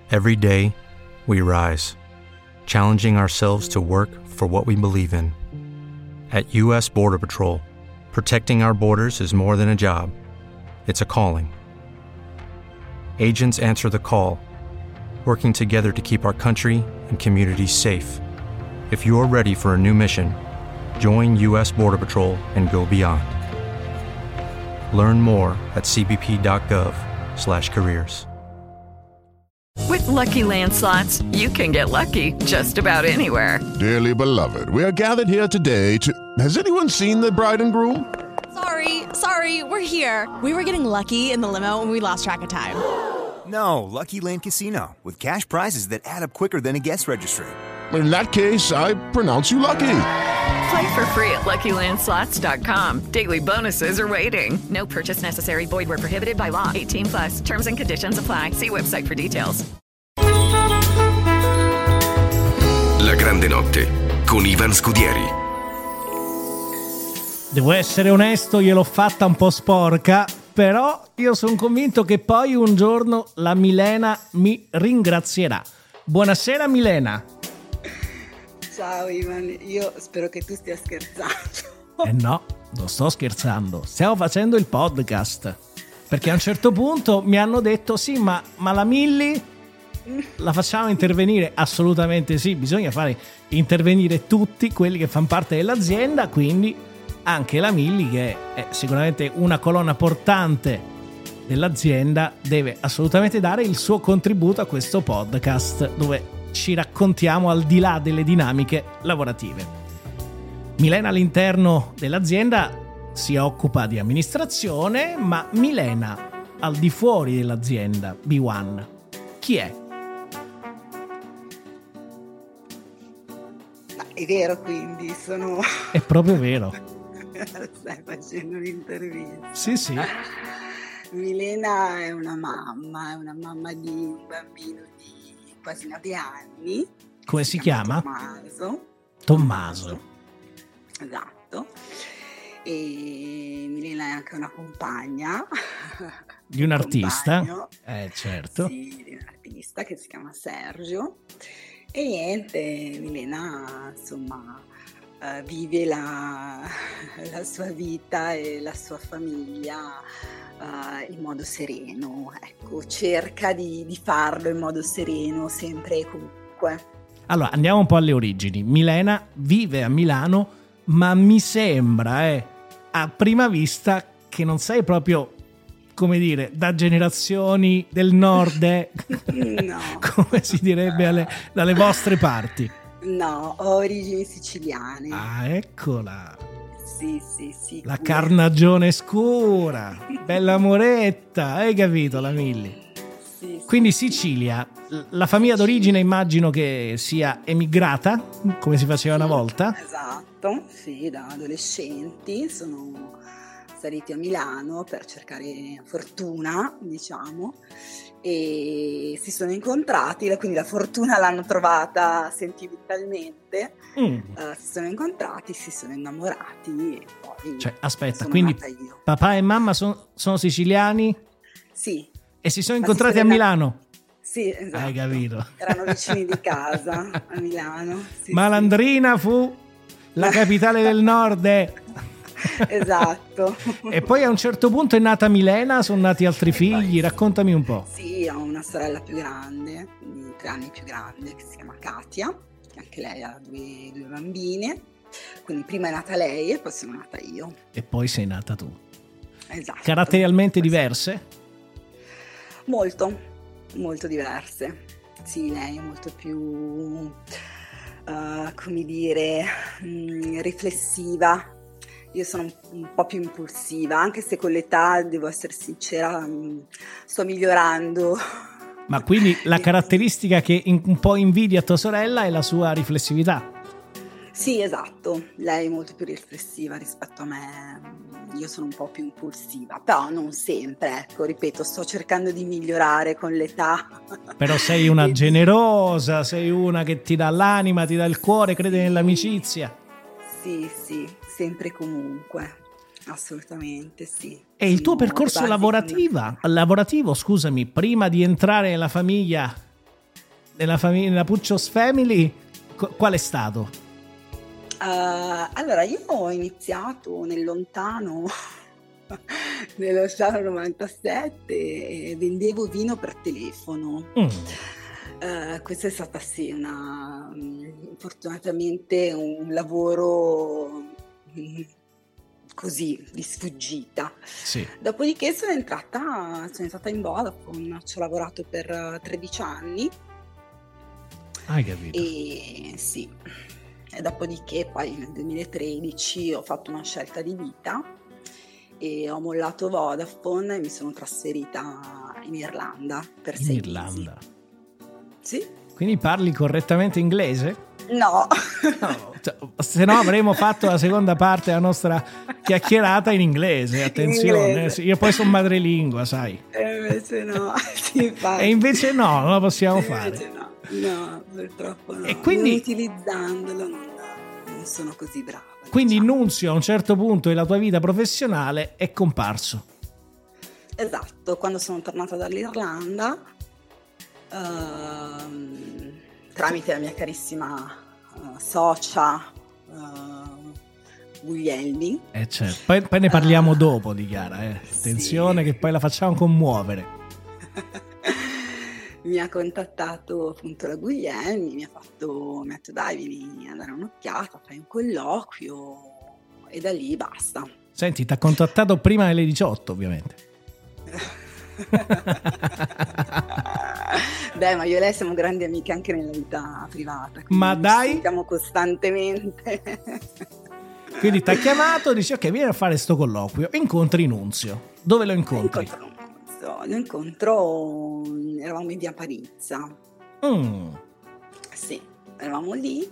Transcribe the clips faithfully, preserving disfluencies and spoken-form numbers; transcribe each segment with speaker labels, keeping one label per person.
Speaker 1: Every day, we rise, challenging ourselves to work for what we believe in. At U S Border Patrol, protecting our borders is more than a job. It's a calling. Agents answer the call, working together to keep our country and communities safe. If you're ready for a new mission, join U S Border Patrol and go beyond. Learn more at c b p dot gov slash careers.
Speaker 2: With Lucky Land Slots, you can get lucky just about anywhere.
Speaker 3: Dearly beloved, we are gathered here today to... Has anyone seen the bride and groom?
Speaker 4: Sorry, sorry, we're here. We were getting lucky in the limo and we lost track of time.
Speaker 5: No, Lucky Land Casino, with cash prizes that add up quicker than a guest registry.
Speaker 3: In that case, I pronounce you lucky.
Speaker 2: Play for free at lucky land slots dot com. Daily bonuses are waiting. No purchase necessary. Void where prohibited by law. eighteen plus. Terms and conditions apply. See website for details.
Speaker 6: La grande notte con Ivan Scudieri.
Speaker 7: Devo essere onesto, gliel'ho fatta un po' sporca, però io sono convinto che poi un giorno la Milena mi ringrazierà. Buonasera Milena.
Speaker 8: Ciao Ivan, io spero che tu stia scherzando.
Speaker 7: Eh no, non sto scherzando, stiamo facendo il podcast. Perché a un certo punto mi hanno detto sì, ma, ma la Milli la facciamo intervenire? Assolutamente sì, bisogna fare intervenire tutti quelli che fanno parte dell'azienda, quindi anche la Milli, che è sicuramente una colonna portante dell'azienda, deve assolutamente dare il suo contributo a questo podcast dove ci raccontiamo al di là delle dinamiche lavorative. Milena all'interno dell'azienda si occupa di amministrazione, ma Milena al di fuori dell'azienda B uno chi è?
Speaker 8: Ma è vero, quindi sono...
Speaker 7: È proprio vero.
Speaker 8: Stai facendo un'intervista.
Speaker 7: Sì, sì.
Speaker 8: Milena è una mamma, è una mamma di un bambino di quasi nove anni.
Speaker 7: Come si, si chiama?
Speaker 8: Tommaso.
Speaker 7: Tommaso.
Speaker 8: Esatto. E Milena è anche una compagna.
Speaker 7: Di un artista? Eh, certo.
Speaker 8: Sì, di un artista che si chiama Sergio. E niente, Milena, insomma, uh, vive la, la sua vita e la sua famiglia Uh, in modo sereno, ecco, cerca di, di farlo in modo sereno sempre e comunque.
Speaker 7: Allora, andiamo un po' alle origini. Milena vive a Milano, ma mi sembra, eh, a prima vista, che non sei proprio, come dire, da generazioni del nord, eh?
Speaker 8: No.
Speaker 7: Come si direbbe alle, dalle vostre parti.
Speaker 8: No, ho origini siciliane.
Speaker 7: Ah, eccola.
Speaker 8: Sì, sì, sì.
Speaker 7: La carnagione scura, bella moretta, hai capito la Milli?
Speaker 8: Sì,
Speaker 7: Quindi
Speaker 8: sì,
Speaker 7: Sicilia, la famiglia d'origine immagino che sia emigrata, come si faceva
Speaker 8: sì,
Speaker 7: una volta?
Speaker 8: Esatto, sì, da adolescenti sono saliti a Milano per cercare fortuna, diciamo, e si sono incontrati, quindi la fortuna l'hanno trovata sentimentalmente, mm. uh, si sono incontrati, si sono innamorati e poi
Speaker 7: cioè, aspetta,
Speaker 8: sono
Speaker 7: quindi
Speaker 8: nata io.
Speaker 7: Papà e mamma son, sono siciliani?
Speaker 8: Sì.
Speaker 7: E si sono incontrati a Milano?
Speaker 8: Sì, esatto.
Speaker 7: Hai capito?
Speaker 8: Erano vicini di casa a Milano. Sì,
Speaker 7: Malandrina sì. Fu la capitale del nord. Eh.
Speaker 8: Esatto.
Speaker 7: E poi a un certo punto è nata Milena, sono nati altri figli, raccontami un po'.
Speaker 8: Sì, ho una sorella più grande, di tre anni più grande, che si chiama Katia, che anche lei ha due, due bambine, quindi prima è nata lei e poi sono nata io.
Speaker 7: E poi sei nata tu.
Speaker 8: Esatto.
Speaker 7: Caratterialmente diverse?
Speaker 8: Molto, molto diverse. Sì, lei è molto più, uh, come dire, mh, riflessiva. Io sono un po' più impulsiva, anche se con l'età, devo essere sincera, sto migliorando.
Speaker 7: Ma quindi la caratteristica che un po' invidia tua sorella è la sua riflessività?
Speaker 8: Sì, esatto. Lei è molto più riflessiva rispetto a me. Io sono un po' più impulsiva, però non sempre, ecco, ripeto, sto cercando di migliorare con l'età.
Speaker 7: Però sei una generosa, sei una che ti dà l'anima, ti dà il cuore, crede nell'amicizia.
Speaker 8: Sì, sì, sempre e comunque, assolutamente sì.
Speaker 7: E il tuo percorso lavorativa, lavorativo, scusami, prima di entrare nella famiglia nella, famiglia, nella Puccios Family, qu- qual è stato?
Speaker 8: Uh, allora, io ho iniziato nel lontano, nel lontano novantasette e vendevo vino per telefono. Mm. Uh, questa è stata sì una, fortunatamente un lavoro così di sfuggita.
Speaker 7: Sì.
Speaker 8: Dopodiché sono entrata, sono entrata in Vodafone, ci ho lavorato per tredici anni.
Speaker 7: Hai capito?
Speaker 8: E sì, e dopodiché poi nel duemilatredici ho fatto una scelta di vita e ho mollato Vodafone e mi sono trasferita in Irlanda per
Speaker 7: in
Speaker 8: sei
Speaker 7: Irlanda.
Speaker 8: mesi. Sì.
Speaker 7: Quindi parli correttamente inglese?
Speaker 8: No.
Speaker 7: No, se no avremmo fatto la seconda parte della nostra chiacchierata in inglese, attenzione. In inglese. Io poi sono madrelingua, sai.
Speaker 8: E invece no. Sì,
Speaker 7: e invece no, non la possiamo
Speaker 8: e
Speaker 7: fare.
Speaker 8: No. no, purtroppo no.
Speaker 7: E quindi,
Speaker 8: non utilizzandolo non, non sono così brava.
Speaker 7: Quindi
Speaker 8: diciamo.
Speaker 7: Nunzio a un certo punto della tua vita professionale è comparso.
Speaker 8: Esatto, quando sono tornata dall'Irlanda Uh, tramite la mia carissima uh, socia uh, Guglielmi.
Speaker 7: Eh certo. poi, poi ne parliamo uh, dopo di Chiara, eh. Attenzione
Speaker 8: sì.
Speaker 7: Che poi la facciamo commuovere.
Speaker 8: Mi ha contattato appunto la Guglielmi, mi ha fatto, mi ha detto dai vieni a dare un'occhiata, fai un colloquio e da lì basta.
Speaker 7: Senti, ti ha contattato prima delle diciotto ovviamente.
Speaker 8: Beh, ma io e lei siamo grandi amiche anche nella vita privata.
Speaker 7: Ma dai?
Speaker 8: Ci sentiamo costantemente.
Speaker 7: Quindi ti ha chiamato, dici ok, vieni a fare sto colloquio. Incontri Nunzio. Dove lo incontri?
Speaker 8: Incontro Nunzio. Lo incontro, eravamo in via Parizza.
Speaker 7: Mm.
Speaker 8: Sì, eravamo lì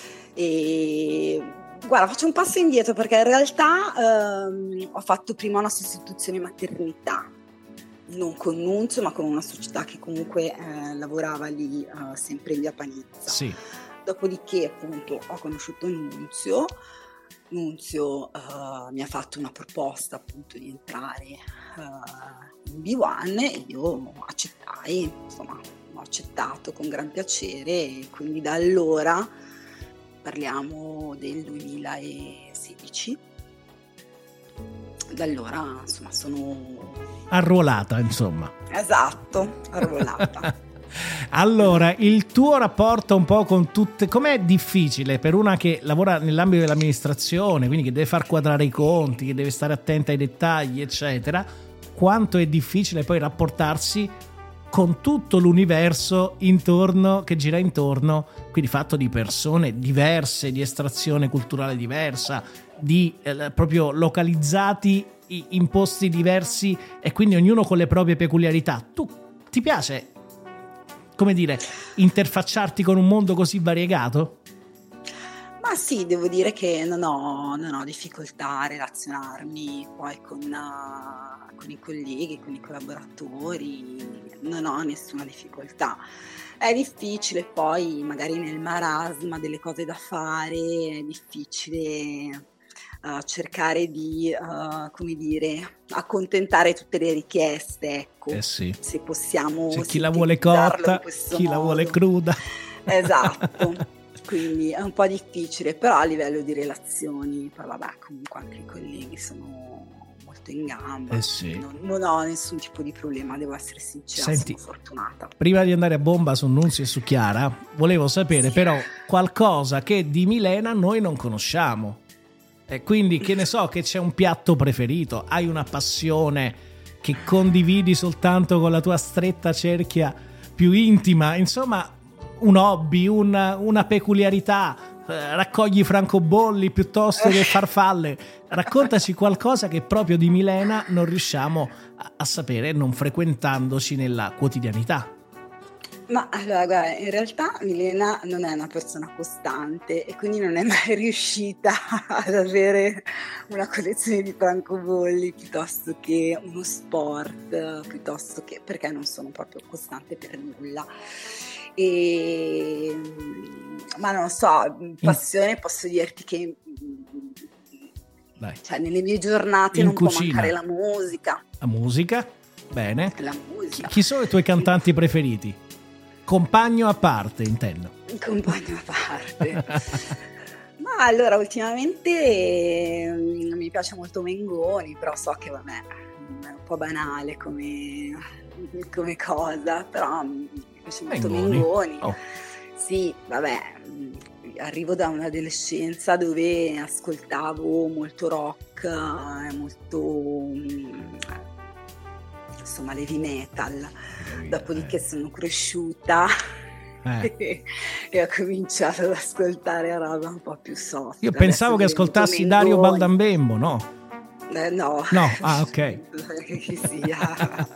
Speaker 8: e guarda, faccio un passo indietro perché in realtà ehm, ho fatto prima una sostituzione maternità. Non con Nunzio, ma con una società che comunque eh, lavorava lì eh, sempre in via Panizza.
Speaker 7: Sì.
Speaker 8: Dopodiché appunto ho conosciuto Nunzio, Nunzio uh, mi ha fatto una proposta appunto di entrare uh, in B uno e io accettai, insomma ho accettato con gran piacere e quindi da allora, parliamo del duemilasedici, da allora insomma sono
Speaker 7: arruolata, insomma.
Speaker 8: Esatto, arruolata.
Speaker 7: Allora, il tuo rapporto un po' con tutte, com'è difficile per una che lavora nell'ambito dell'amministrazione, quindi che deve far quadrare i conti, che deve stare attenta ai dettagli, eccetera, quanto è difficile poi rapportarsi con tutto l'universo intorno, che gira intorno, quindi fatto di persone diverse, di estrazione culturale diversa, di eh, proprio localizzati in posti diversi e quindi ognuno con le proprie peculiarità. Tu ti piace, come dire, interfacciarti con un mondo così variegato?
Speaker 8: Ma sì, devo dire che non ho, non ho difficoltà a relazionarmi poi con, uh, con i colleghi, con i collaboratori, non ho nessuna difficoltà. È difficile poi magari nel marasma delle cose da fare, è difficile uh, cercare di, uh, come dire, accontentare tutte le richieste, ecco,
Speaker 7: eh sì.
Speaker 8: Se possiamo.
Speaker 7: C'è chi la vuole cotta, chi
Speaker 8: modo.
Speaker 7: La vuole cruda.
Speaker 8: Esatto. Quindi è un po' difficile, però a livello di relazioni, poi vabbè, comunque anche i colleghi sono molto in gamba,
Speaker 7: eh sì.
Speaker 8: non, non ho nessun tipo di problema, devo essere sincera.
Speaker 7: Senti,
Speaker 8: sono fortunata.
Speaker 7: Prima di andare a bomba su Nunzio e su Chiara, volevo sapere sì. però qualcosa che di Milena noi non conosciamo, e quindi che ne so, che c'è un piatto preferito, hai una passione che condividi soltanto con la tua stretta cerchia più intima, insomma un hobby, una, una peculiarità, eh, raccogli francobolli piuttosto che farfalle. Raccontaci qualcosa che proprio di Milena non riusciamo a, a sapere non frequentandoci nella quotidianità.
Speaker 8: Ma allora guarda, in realtà Milena non è una persona costante e quindi non è mai riuscita ad avere una collezione di francobolli piuttosto che uno sport, piuttosto che, perché non sono proprio costante per nulla. E, ma non so, passione posso dirti che
Speaker 7: Dai.
Speaker 8: Cioè, nelle mie giornate
Speaker 7: in
Speaker 8: non
Speaker 7: cucina.
Speaker 8: può mancare la musica.
Speaker 7: La musica? Bene.
Speaker 8: La musica.
Speaker 7: Chi sono i tuoi cantanti preferiti? compagno a parte, intendo.
Speaker 8: Un compagno a parte. Ma allora, ultimamente eh, mi piace molto Mengoni, però so che vabbè, è un po' banale come, come cosa, però mi piace molto
Speaker 7: Mengoni.
Speaker 8: Mengoni.
Speaker 7: Oh.
Speaker 8: Sì, vabbè, arrivo da un'adolescenza dove ascoltavo molto rock, eh, molto mm, insomma heavy metal, dopodiché sono cresciuta
Speaker 7: Eh.
Speaker 8: e, e ho cominciato ad ascoltare roba un po' più soft.
Speaker 7: Io pensavo che
Speaker 8: Adesso divento
Speaker 7: ascoltassi Dario
Speaker 8: Mengoni.
Speaker 7: Baldambembo, no?
Speaker 8: Eh, no.
Speaker 7: No, ah, ok.
Speaker 8: Che chi sia.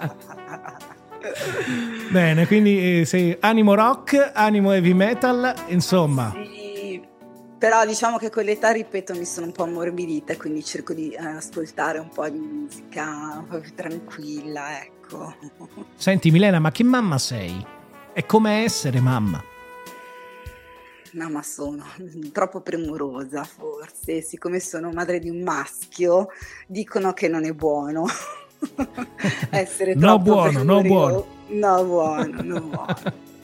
Speaker 7: Bene, quindi eh, sei animo rock, animo heavy metal, insomma.
Speaker 8: Sì, però diciamo che con l'età, ripeto, mi sono un po' ammorbidita, quindi cerco di eh, ascoltare un po' di musica un po' più tranquilla, ecco.
Speaker 7: Senti Milena, ma che mamma sei? È come essere mamma?
Speaker 8: Mamma, sono troppo premurosa, forse. Siccome sono madre di un maschio, dicono che non è buono essere
Speaker 7: No
Speaker 8: troppo
Speaker 7: buono, no
Speaker 8: premurosa.
Speaker 7: buono.
Speaker 8: No buono, no buono.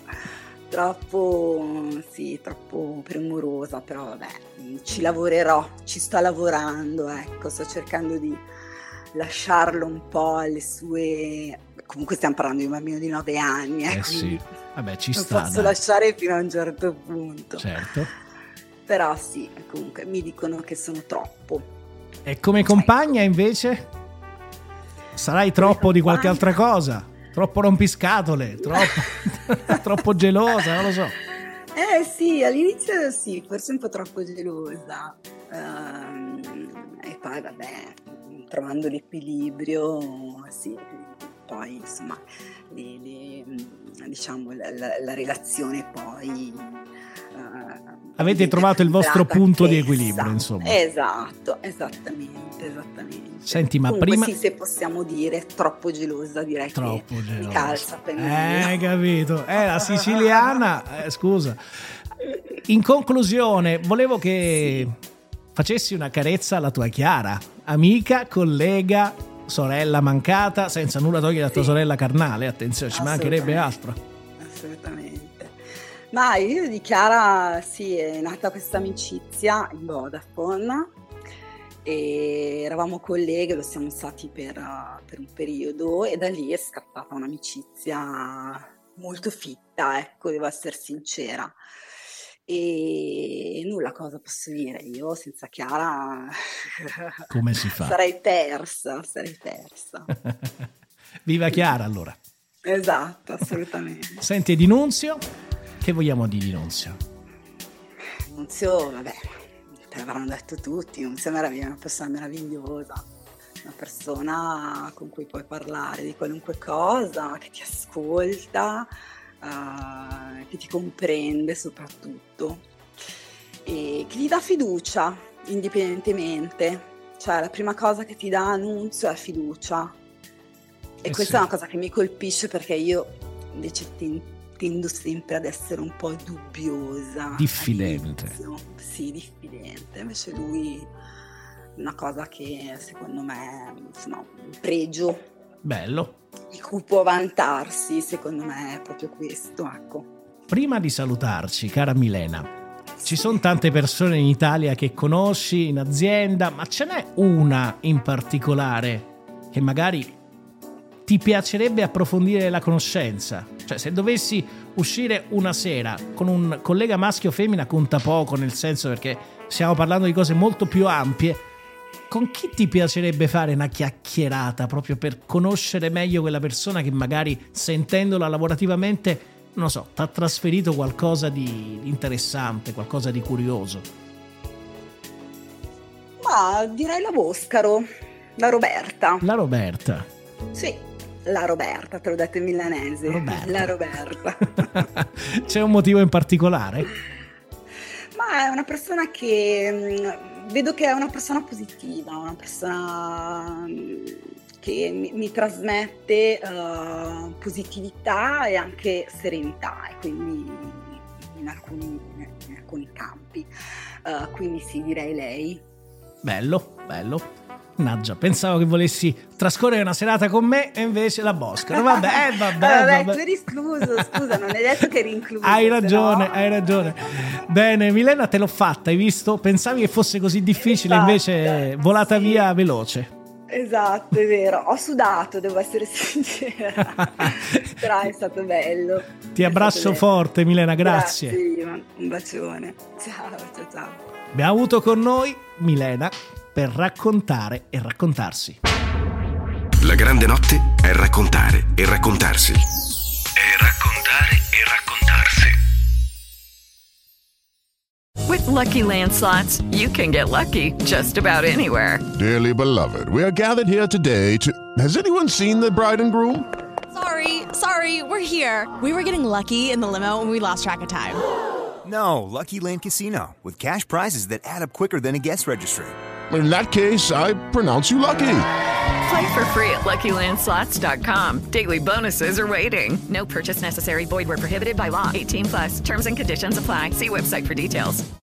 Speaker 8: Troppo, sì, troppo premurosa, però vabbè, ci lavorerò, ci sto lavorando, ecco, sto cercando di lasciarlo un po' alle sue... Comunque stiamo parlando di un bambino di nove anni, eh,
Speaker 7: Eh sì,
Speaker 8: quindi
Speaker 7: vabbè, ci
Speaker 8: non
Speaker 7: sta.
Speaker 8: posso
Speaker 7: dai.
Speaker 8: lasciare fino a un certo punto.
Speaker 7: Certo.
Speaker 8: Però sì, comunque mi dicono che sono troppo.
Speaker 7: E come compagna invece? Sarai troppo di qualche altra cosa? Troppo rompiscatole? Troppo, troppo gelosa? Non lo so.
Speaker 8: Eh sì, all'inizio sì, forse un po' troppo gelosa. Ehm, e poi vabbè, trovando l'equilibrio, sì, poi insomma, le, le, diciamo la, la, la relazione poi... eh,
Speaker 7: Avete trovato il vostro
Speaker 8: entrata
Speaker 7: punto di
Speaker 8: anch'essa.
Speaker 7: equilibrio, insomma.
Speaker 8: Esatto, esattamente, esattamente.
Speaker 7: Senti, ma
Speaker 8: Comunque
Speaker 7: prima...
Speaker 8: sì, se possiamo dire troppo gelosa, direi
Speaker 7: Troppo
Speaker 8: che
Speaker 7: gelosa.
Speaker 8: mi calza a
Speaker 7: Eh,
Speaker 8: pennello.
Speaker 7: hai capito? Eh, la siciliana, eh, scusa. In conclusione, volevo che facessi una carezza alla tua Chiara, amica, collega, sorella mancata, senza nulla togliere alla tua
Speaker 8: Sì.
Speaker 7: sorella carnale, attenzione, ci mancherebbe altro.
Speaker 8: Assolutamente. Ma io di Chiara, sì, è nata questa amicizia in Vodafone e eravamo colleghe, lo siamo stati per, uh, per un periodo e da lì è scattata un'amicizia molto fitta, ecco, devo essere sincera. E nulla, cosa posso dire? Io senza Chiara
Speaker 7: Come si fa?
Speaker 8: sarei persa, sarei persa.
Speaker 7: Viva Chiara, allora.
Speaker 8: Esatto, assolutamente.
Speaker 7: Senti, e di Nunzio? Che vogliamo di di Nunzio?
Speaker 8: Nunzio, vabbè, te l'avranno detto tutti, Nunzio è una persona meravigliosa, una persona con cui puoi parlare di qualunque cosa, che ti ascolta, uh, che ti comprende soprattutto e che gli dà fiducia indipendentemente, cioè la prima cosa che ti dà Nunzio è fiducia e
Speaker 7: Eh
Speaker 8: questa
Speaker 7: sì.
Speaker 8: è una cosa che mi colpisce perché io invece tento tendo sempre ad essere un po' dubbiosa,
Speaker 7: Diffidente.
Speaker 8: all'inizio. Sì, diffidente. Invece lui una cosa che secondo me, insomma, un pregio
Speaker 7: Bello.
Speaker 8: di cui può vantarsi, secondo me è proprio questo, ecco.
Speaker 7: Prima di salutarci, cara Milena, ci sono tante persone in Italia che conosci in azienda, ma ce n'è una in particolare che magari ti piacerebbe approfondire la conoscenza? Cioè, se dovessi uscire una sera con un collega maschio o femmina conta poco, nel senso perché stiamo parlando di cose molto più ampie, con chi ti piacerebbe fare una chiacchierata proprio per conoscere meglio quella persona che magari sentendola lavorativamente, non so, ti ha trasferito qualcosa di interessante, qualcosa di curioso?
Speaker 8: Ma direi la Boscaro, la Roberta.
Speaker 7: La Roberta.
Speaker 8: Sì, la Roberta, te l'ho detto in milanese.
Speaker 7: Roberta.
Speaker 8: La Roberta.
Speaker 7: C'è un motivo in particolare?
Speaker 8: Ma è una persona che mh, vedo che è una persona positiva, una persona mh, che mi, mi trasmette uh, positività e anche serenità, e quindi in alcuni, in alcuni campi. Uh, quindi sì, direi lei.
Speaker 7: Bello, bello. Mannaggia, pensavo che volessi trascorrere una serata con me e invece la boscano. Vabbè, eh, vabbè,
Speaker 8: vabbè,
Speaker 7: vabbè.
Speaker 8: tu eri escluso, scusa, non è detto che eri incluso.
Speaker 7: Hai ragione,
Speaker 8: però...
Speaker 7: hai ragione. Bene, Milena, te l'ho fatta, hai visto? Pensavi che fosse così difficile, esatto, invece è volata sì. via veloce.
Speaker 8: Esatto, è vero. Ho sudato, devo essere sincera. Però è stato bello.
Speaker 7: Ti abbraccio forte, Milena, grazie.
Speaker 8: Grazie, un bacione. Ciao, ciao, ciao.
Speaker 7: Abbiamo avuto con noi Milena per raccontare e raccontarsi.
Speaker 6: La grande notte è raccontare e raccontarsi. È raccontare e raccontarsi.
Speaker 2: With Lucky Land Slots, you can get lucky just about anywhere.
Speaker 3: Dearly beloved, we are gathered here today to... Has anyone seen the bride and groom?
Speaker 4: Sorry, sorry, we're here. We were getting lucky in the limo and we lost track of time.
Speaker 5: No, Lucky Land Casino, with cash prizes that add up quicker than a guest registry.
Speaker 3: In that case, I pronounce you lucky.
Speaker 2: Play for free at lucky land slots dot com. Daily bonuses are waiting. No purchase necessary. Void where prohibited by law. eighteen plus. Terms and conditions apply. See website for details.